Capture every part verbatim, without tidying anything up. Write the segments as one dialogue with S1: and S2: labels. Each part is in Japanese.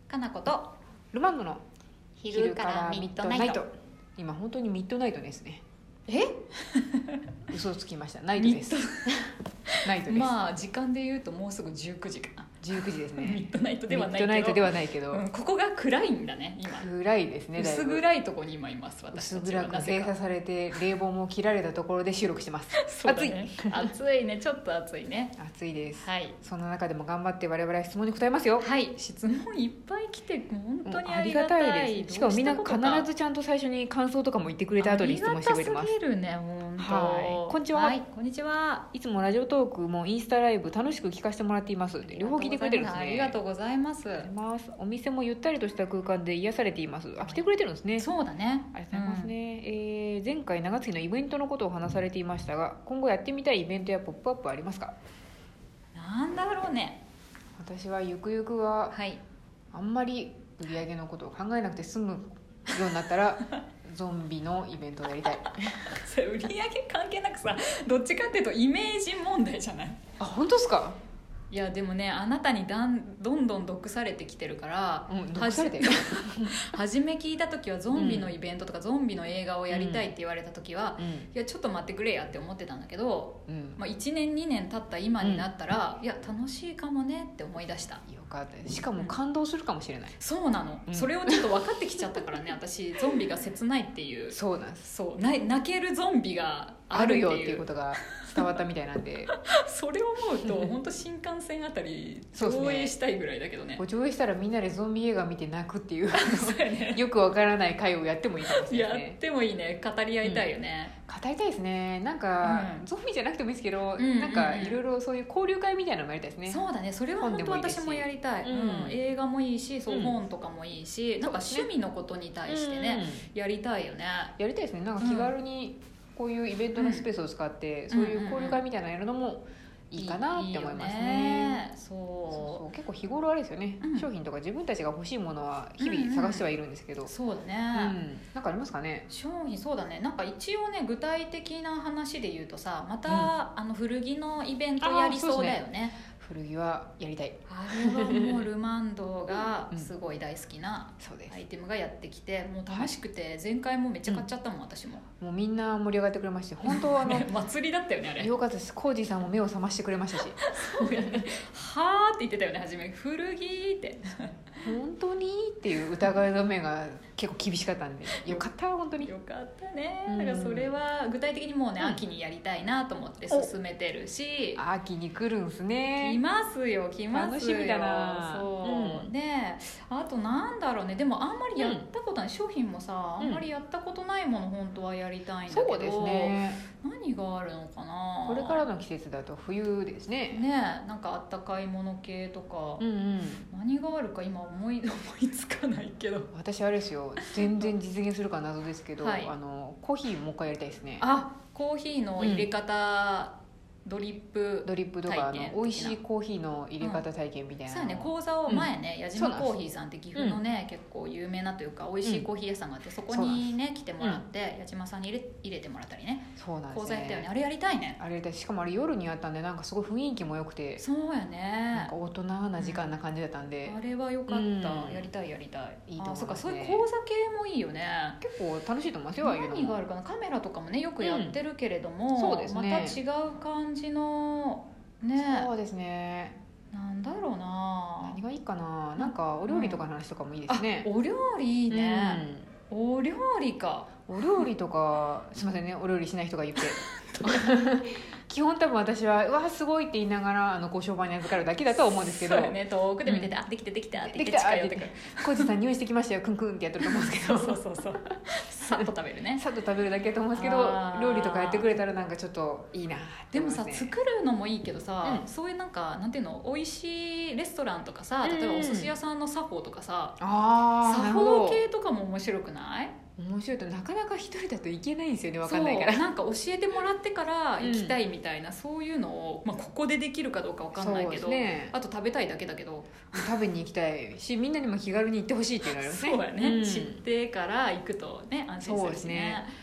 S1: かなこと
S2: ルマンドの
S1: 昼からミッドナイト。
S2: 今本当にミッドナイトですね。
S1: え
S2: 嘘をつきました。ナイトです。ナイトです。
S1: まあ時間で言うともうすぐじゅうくじかな。
S2: じゅうくじですね。
S1: ミッドナイトではないけど。
S2: ミッドナイトではないけど、
S1: うん、ここが暗いんだね今。
S2: 暗いですね。
S1: 薄暗いところに今います私
S2: 薄
S1: たちは。
S2: 暗く閉鎖されて冷房も切られたところで収録してます。
S1: そうだね、暑い暑いね、ちょっと暑いね。
S2: 暑いです。
S1: はい。
S2: そんな中でも頑張って我々は質問に答えますよ。
S1: はい。質問いっぱい来て本当にあり
S2: が
S1: がたい。
S2: たいです。しかもみんな必ずちゃんと最初に感想とかも言ってくれた後に質問してくれてます。
S1: ありがたすぎるね本当。
S2: はい。こんにちは。
S1: はい。こんにちは。
S2: いつもラジオトークもインスタライブ楽しく聞かせてもらっています。両方聞いてくれてるんですね。
S1: ありがとうございます。
S2: お店もゆったりとした空間で癒されています。あ、来てくれてるんですね。
S1: そうだね。
S2: ありがとうございますね。うん、えー、前回長月のイベントのことを話されていましたが、今後やってみたいイベントやポップアップありますか？
S1: なんだろうね。
S2: 私はゆくゆくは、
S1: はい、
S2: あんまり売り上げのことを考えなくて済むようになったらゾンビのイベントをやりたい。
S1: それ売り上げ関係なくさ、どっちかっていうとイメージ問題じゃない？
S2: あ、本当ですか？
S1: いやでもね、あなたにだんどんどん毒されてきてるから、
S2: うん、毒されてる
S1: 初め聞いた時はゾンビのイベントとか、うん、ゾンビの映画をやりたいって言われた時は、うん、いやちょっと待ってくれやって思ってたんだけど、うん、まあ、いちねんにねん経った今になったら、うん、いや楽しいかもねって思い出した。
S2: よかった。しかも感動するかもしれない、うん、
S1: そうなの、うん、それをちょっと分かってきちゃったからね私ゾンビが切ないっていう。
S2: そうなんです。
S1: そう、泣けるゾンビがあるっていう、
S2: あるよっていうことが伝わったみたいなんで
S1: それを思うと本当新幹線あたり上映したいぐらいだけど ね, ね
S2: 上映したらみんなでゾンビ映画見て泣くっていう
S1: そうや、ね、
S2: よくわからない回をやってもいいかもしれないですね。
S1: やってもいいね。語り合いたいよね、
S2: うん、語りたいですね。なんか、うん、ゾンビじゃなくてもいいですけど、うんうんうん、なんかいろいろそういう交流会みたいなのもやりたいですね。
S1: そうだね、それは本当私もやりたい、うん、映画もいいし、そう、本とかもいいし、うん、なんか趣味のことに対してね、うん、やりたいよね。
S2: やりたいですね。なんか気軽にこういうイベントのスペースを使って、うん、そういう交流会みたいなのやるのもいいかなって思いますね。いいね。そう。そうそう、結構日頃あれですよね、うん、商品とか自分たちが欲しいものは日々探してはいるんですけど、うんうん、
S1: そうだね、
S2: うん、なんかありますかね
S1: 商品。そうだね、なんか一応ね具体的な話で言うとさ、また、うん、あの古着のイベントやりそうだよね。
S2: 古着はやりたい。
S1: あれはもうルマンドがすごい大好きなアイテムがやってきて、もう楽しくて前回もめっちゃ買っちゃったもん、うん、私も。
S2: もうみんな盛り上がってくれまして、本当はあの
S1: 祭りだったよねあれ。
S2: よかったです。コージーさんも目を覚ましてくれましたし
S1: そうやね、はーって言ってたよね初め、古着って
S2: 本当にっていう疑いの目が結構厳しかったんで、よかった本当に
S1: よかったね。だからそれは具体的にもうね、うん、秋にやりたいなと思って進めてるし。
S2: 秋に来るんすね。
S1: 来ますよ来ますよ。
S2: 楽しみだな。
S1: そう、うん、であとなんだろうね、でもあんまりやったことない、うん、商品もさあんまりやったことないもの本当はやりたいんだけど、
S2: そうですね、
S1: 何があるのかな。
S2: これからの季節だと冬ですね。
S1: ね、なんかあったかいもの系とか、
S2: うんうん、
S1: 何があるか今思い思いつかないけど。
S2: 私あれですよ、全然実現するか謎ですけど、はい、あのコーヒーもう一回やりたいですね。
S1: あ、コーヒーの入れ方、うんドリップ
S2: ドリップとかあの美味しいコーヒーの入れ方体験みたいな、
S1: うん、そうやね、講座を前ね、うん、矢島コーヒーさんって岐阜のね、うん、結構有名なというか美味しいコーヒー屋さんがあって、そこにね来てもらって、矢島さんに入れ入れてもらったりね。
S2: そうなんですね、
S1: 講座やったよね。あれやりたいね。
S2: あれやりたい。しかもあれ夜にあったんで、なんかすごい雰囲気も良くて、
S1: そうやね、
S2: なんか大人な時間な感じだったんで、
S1: うん、あれは良かった、うん、やりたいやりたい。
S2: いいと思いますね。
S1: あ、そうか、そういう講座系もいいよね。
S2: 結構楽しいと思いますよ。
S1: 何があるかな。カメラとかもねよくやってるけれども、うん、そうですね、また違う感じのね、
S2: そうですね。
S1: なんだろうな、
S2: 何がいいかな。なんかお料理とかの話とかもいいですね。
S1: うん、お料理いいね、うん、お料理か。
S2: お料理とかすいませんね、お料理しない人が言って基本多分私はうわすごいって言いながらあのご商売に預かるだけだとは思うんですけど、
S1: そうよね、遠くで見てて、うん、あできてできたって言って近寄ってくる。
S2: コージさん匂いしてきましたよクンクンってやってると思うんですけど
S1: そうそうそうそうさっと食べるね。
S2: さっと食べるだけだと思うんですけど、料理とかやってくれたらなんかちょっといいなって思いますね。
S1: でもさ、作るのもいいけどさ、うん、そういうなんかなんていうの、美味しいレストランとかさ、例えばお寿司屋さんの作法とかさ、うん、あ作法系とかも面白くない？
S2: 面白いとなかなか一人だといけないんですよね、分かんないから。
S1: なんか教えてもらってから行きたいみたいな、うん、そういうのを、まあ、ここでできるかどうか分かんないけど、ね、あと食べたいだけだけど
S2: 食べに行きたいし、みんなにも気軽に行ってほしいっていうのがありますね。
S1: そうやね、うん、知ってから行くとね安心するしね。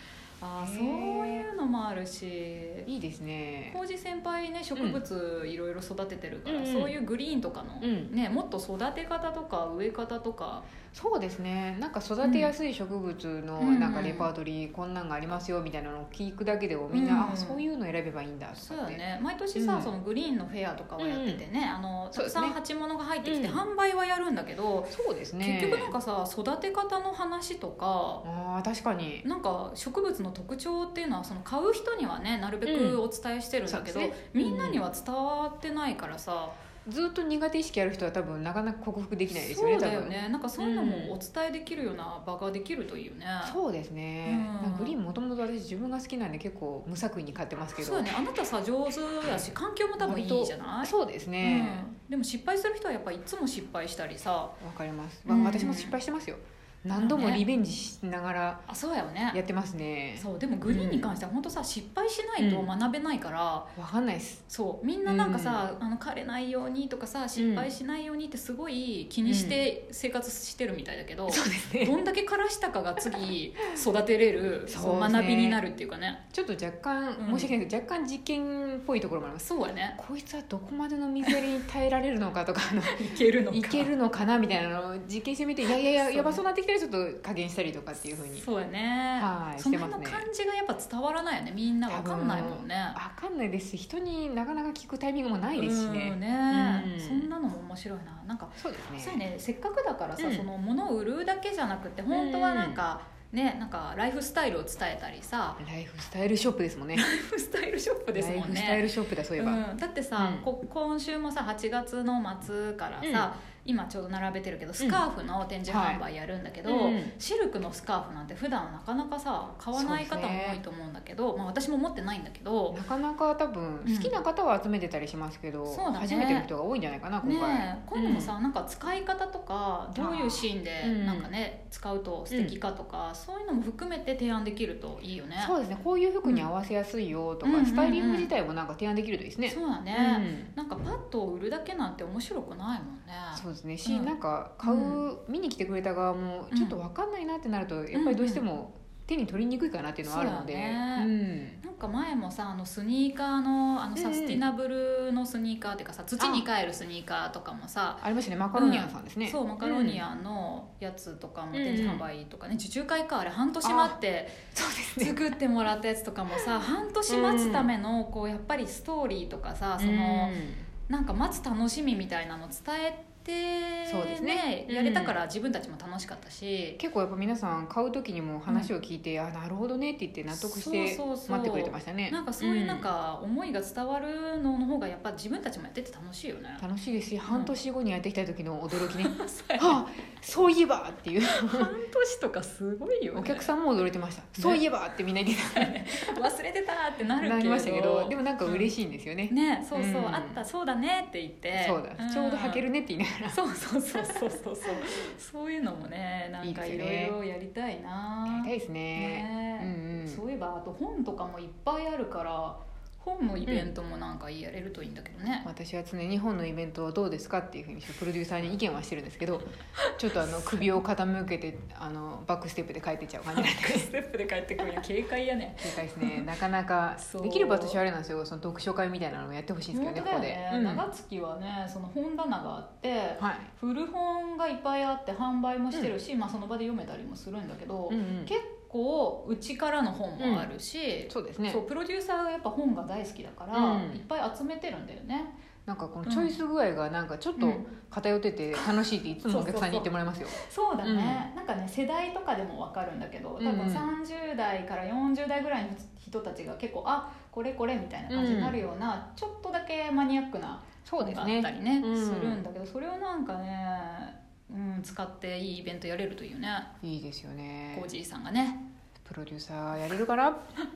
S1: あそういうのもあるし、
S2: いいですね。
S1: 浩二先輩ね植物いろいろ育ててるから、
S2: うん、
S1: そういうグリーンとかの、
S2: うん
S1: ね、もっと育て方とか植え方とか。
S2: そうですね、なんか育てやすい植物のなんかレパートリー、こんなんがありますよみたいなのを聞くだけでもみんな、うん、あそういうの選べばいいんだとかって。
S1: そうだね、毎年さ、うん、そのグリーンのフェアとかをやっててね、うん、あのたくさん鉢物が入ってきて、販売はやるんだけど、
S2: そうですね、
S1: 結局なんかさ育て方の話とか、
S2: あ確かに
S1: なんか植物の特徴っていうのはその買う人にはねなるべくお伝えしてるんだけど、うんね、みんなには伝わってないからさ、
S2: ずっと苦手意識ある人は多分なかなか克服できないですよね。
S1: そうだよね、なんかそういうのもお伝えできるような場ができるといいよね、
S2: うん、そうですね、うん、グリーンもともと私自分が好きなんで結構無作為に買ってますけど。
S1: そうだね、あなたさ上手やし環境も多分いいじゃない。
S2: そうですね、
S1: うん、でも失敗する人はやっぱいつも失敗したりさ。
S2: わかります、うん、私も失敗してますよ。何度もリベンジしながらやってますね。
S1: そうでもグリーンに関しては本当さ失敗しないと学べないから、
S2: うん、分かんないです。
S1: そうみんななんかさ、うん、あの枯れないようにとかさ失敗しないようにってすごい気にして生活してるみたいだけど、
S2: うん、そうですね、
S1: どんだけ枯らしたかが次育てれるそう学びになるっていうかね。
S2: ちょっと若干申し訳ないですけど、若干実験っぽいところもあります。
S1: そうやね、
S2: こいつはどこまでの水やりに耐えられるのかとかあの
S1: いけるのか
S2: いけるのかなみたいなのを実験してみて、いやいやいややばそうなってきたらちょっと加減したりとかっていうふうに。
S1: そうやね、はい、その辺の感じがやっぱ伝わらないよね、みんな分かんないもんね。
S2: 分かんないですし、人になかなか聞くタイミングもないですしね。
S1: うんね、うん、そんなのも面白いな。なんか
S2: そうですね、
S1: そうやね、せっかくだからさ、うん、その物を売るだけじゃなくて本当はなんか、うんね、なんかライフスタイルを伝えたりさ。
S2: ライフスタイルショップですもんね。
S1: ライフスタイルショップですもんね。
S2: ライフスタイルショップだそういえば、
S1: うん、だってさ、うん、こ今週もさはちがつの末からさ、うん今ちょうど並べてるけどスカーフの展示販売やるんだけど、うんはい、シルクのスカーフなんて普段なかなかさ買わない方も多いと思うんだけど、ねまあ、私も持ってないんだけど、
S2: なかなか多分好きな方は集めてたりしますけど、うんね、初めての人が多いんじゃないかな今回、
S1: ね、今度もさ、うん、なんか使い方とかどういうシーンでなんか、ね、使うと素敵かとか、うん、そういうのも含めて提案できるといいよね。
S2: そうですね、こういう服に合わせやすいよとか、うん、スタイリング自体もなんか提案できるといいですね。
S1: そうだね、うん、なんかパッと売るだけなんて面白くないもんね。
S2: そうですねし、うん、なんか買う、うん、見に来てくれた側もちょっと分かんないなってなると、うん、やっぱりどうしても手に取りにくいかなっていうのはあるので、
S1: ねうん、なんか前もさあのスニーカーの、あのサスティナブルのスニーカーっていうかさ、土に帰るスニーカーとかもさ
S2: あ, ありましたね、マカロニアンさんですね、
S1: うん、そうマカロニアンのやつとかも展示販売とかね、受注会かあれ半年待って作ってもらったやつとかもさ、半年待つためのこうやっぱりストーリーとかさ、そのなんか待つ楽しみみたいなの伝えてで
S2: そうですね、
S1: やれたから自分たちも楽しかったし、
S2: うん、結構やっぱ皆さん買う時にも話を聞いて、うん、あなるほどねって言って納得して待ってくれてましたね。
S1: なんかそういうなんか思いが伝わるのの方がやっぱ自分たちもやってて楽しいよね。
S2: 楽しいですし、うん、半年後にやってきた時の驚きねはあそういえばっていう
S1: 半年とかすごいよね。
S2: お客さんも驚いてました、ね、そういえばってみんな言ってた
S1: 忘れてたってなるけど
S2: なりましたけど、でもなんか嬉しいんですよね、
S1: うん、ねそうそう、うん、あったそうだねって言って
S2: そうだ、うん、ちょうど履けるねって言いながら
S1: そうそうそうそうそうそうそういうのもねなんかいろいろやりたいな。
S2: やりたいですね、
S1: ね、うんうん、そういえばあと本とかもいっぱいあるから本のイベントもなんかやれるといいんだけどね、
S2: うん、私は常に本のイベントはどうですかっていうふうにプロデューサーに意見はしてるんですけどちょっとあの首を傾けてあのバックステップで帰ってっちゃう感じなんで
S1: バックステップで帰ってくる警戒やね
S2: 警戒ですねなかなかできれば私はあれなんですよ、その読書会みたいなのもやってほしいんですけどね、ここで、
S1: うん、長月はねその本棚があって、はい、古本がいっぱいあって販売もしてるし、うんまあ、その場で読めたりもするんだけど、うんうん、結構こううちからの本もあるし、
S2: うん、そうですね、
S1: そうプロデューサーがやっぱ本が大好きだから、うん、いっぱい集めてるんだよね。
S2: なんかこのチョイス具合がなんかちょっと偏ってて楽しいっていつもお客さんに言ってもらいますよ。
S1: そうだね、うん、なんかね世代とかでも分かるんだけど多分さんじゅう代からよんじゅう代ぐらいの人たちが結構あこれこれみたいな感じになるような、うん、ちょっとだけマニアックな本があったり ね, ね、うん、するんだけど、それをなんかね、うん、使っていいイベントやれるというね。
S2: いいですよね。
S1: コージーさんがね
S2: プロデューサーやれるかな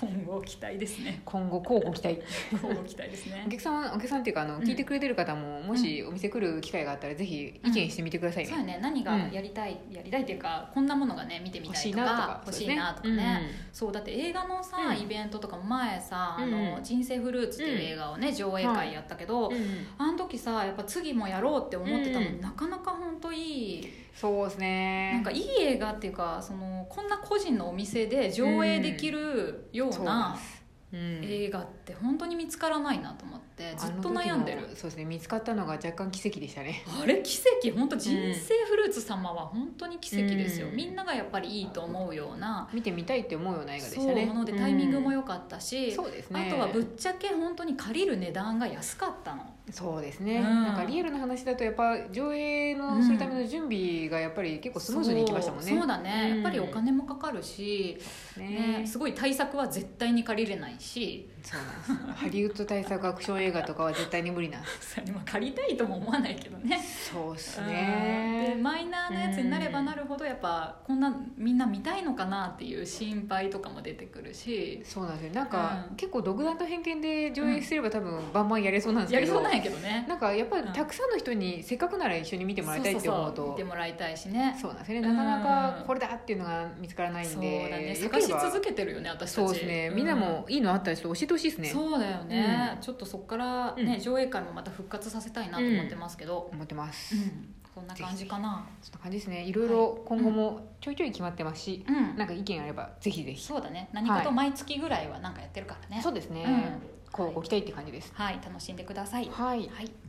S1: 今後期待ですね。
S2: 今後交互期待
S1: 今後期待ですね。
S2: お客さんお客さんっていうかあの、うん、聞いてくれてる方ももしお店来る機会があったらぜひ意見してみてくださいね、
S1: うん、そうやね。何がやりたい、うん、やりたいっていうかこんなものがね見てみたいとか欲しいなとかね、うん、そうだって映画のさ、うん、イベントとか前さ、あの人生フルーツっていう映画をね、うん、上映会やったけど、うん、あの時さやっぱ次もやろうって思ってたのに、うん、なかなか本当いい、
S2: そうですね、
S1: なんかいい映画っていうかそのこんな個人のお店で上映できるような、うん、映画って本当に見つからないなと思ってずっと悩んでる。
S2: そうですね、見つかったのが若干奇跡でしたね。
S1: あれ奇跡、本当人生フルーツ様は本当に奇跡ですよ、うん、みんながやっぱりいいと思うような、
S2: 見てみたいって思うような映画でしたね。
S1: そうなのでタイミングも良かったし、うん、
S2: そうですね、
S1: あとはぶっちゃけ本当に借りる値段が安かったの。
S2: そうですね、
S1: うん、
S2: なんかリアルな話だとやっぱ上映のするための準備がやっぱり結構スムーズにいきましたもんね。
S1: そう、そうだね、うん、やっぱりお金もかかるし、ねね、すごい対策は絶対に借りれないし。
S2: そうなんですハリウッド対策アクション映画とかは絶対に無理なんです
S1: 借りたいとも思わないけどね。
S2: そうですね、
S1: でマイナーなやつになればなるほどやっぱこんなみんな見たいのかなっていう心配とかも出てくるし。
S2: そうなんですよ、なんか、うん、結構独断と偏見で上映すれば多分バンバンやれそうなんですけど、
S1: やりそうなんやけどね。
S2: なんかやっぱりたくさんの人にせっかくなら一緒に見てもらいたいって思うと、
S1: そうそうそう、見てもらいたいしね。
S2: そうなんですよね、なかなかこれだっていうのが見つからないんで、そう
S1: だね、探し続けてるよね私たち。
S2: そうですね、みんなもいいのあったらちょっと教えてほしいですね。
S1: そうだよね、うん、ちょっとそこからね、うん、上映会もまた復活させたいなと思ってますけど、
S2: うん、思ってます、
S1: うん、そんな感じかな。
S2: そんな感じですね。いろいろ今後もちょいちょい決まってますし、うん、なんか意見あればぜひぜひ。
S1: そうだね、何かと毎月ぐらいはなんかやってるからね、
S2: はい、そうですね、
S1: うん、
S2: こうご期待って感じです。
S1: はい、楽しんでください。
S2: はい、
S1: はい。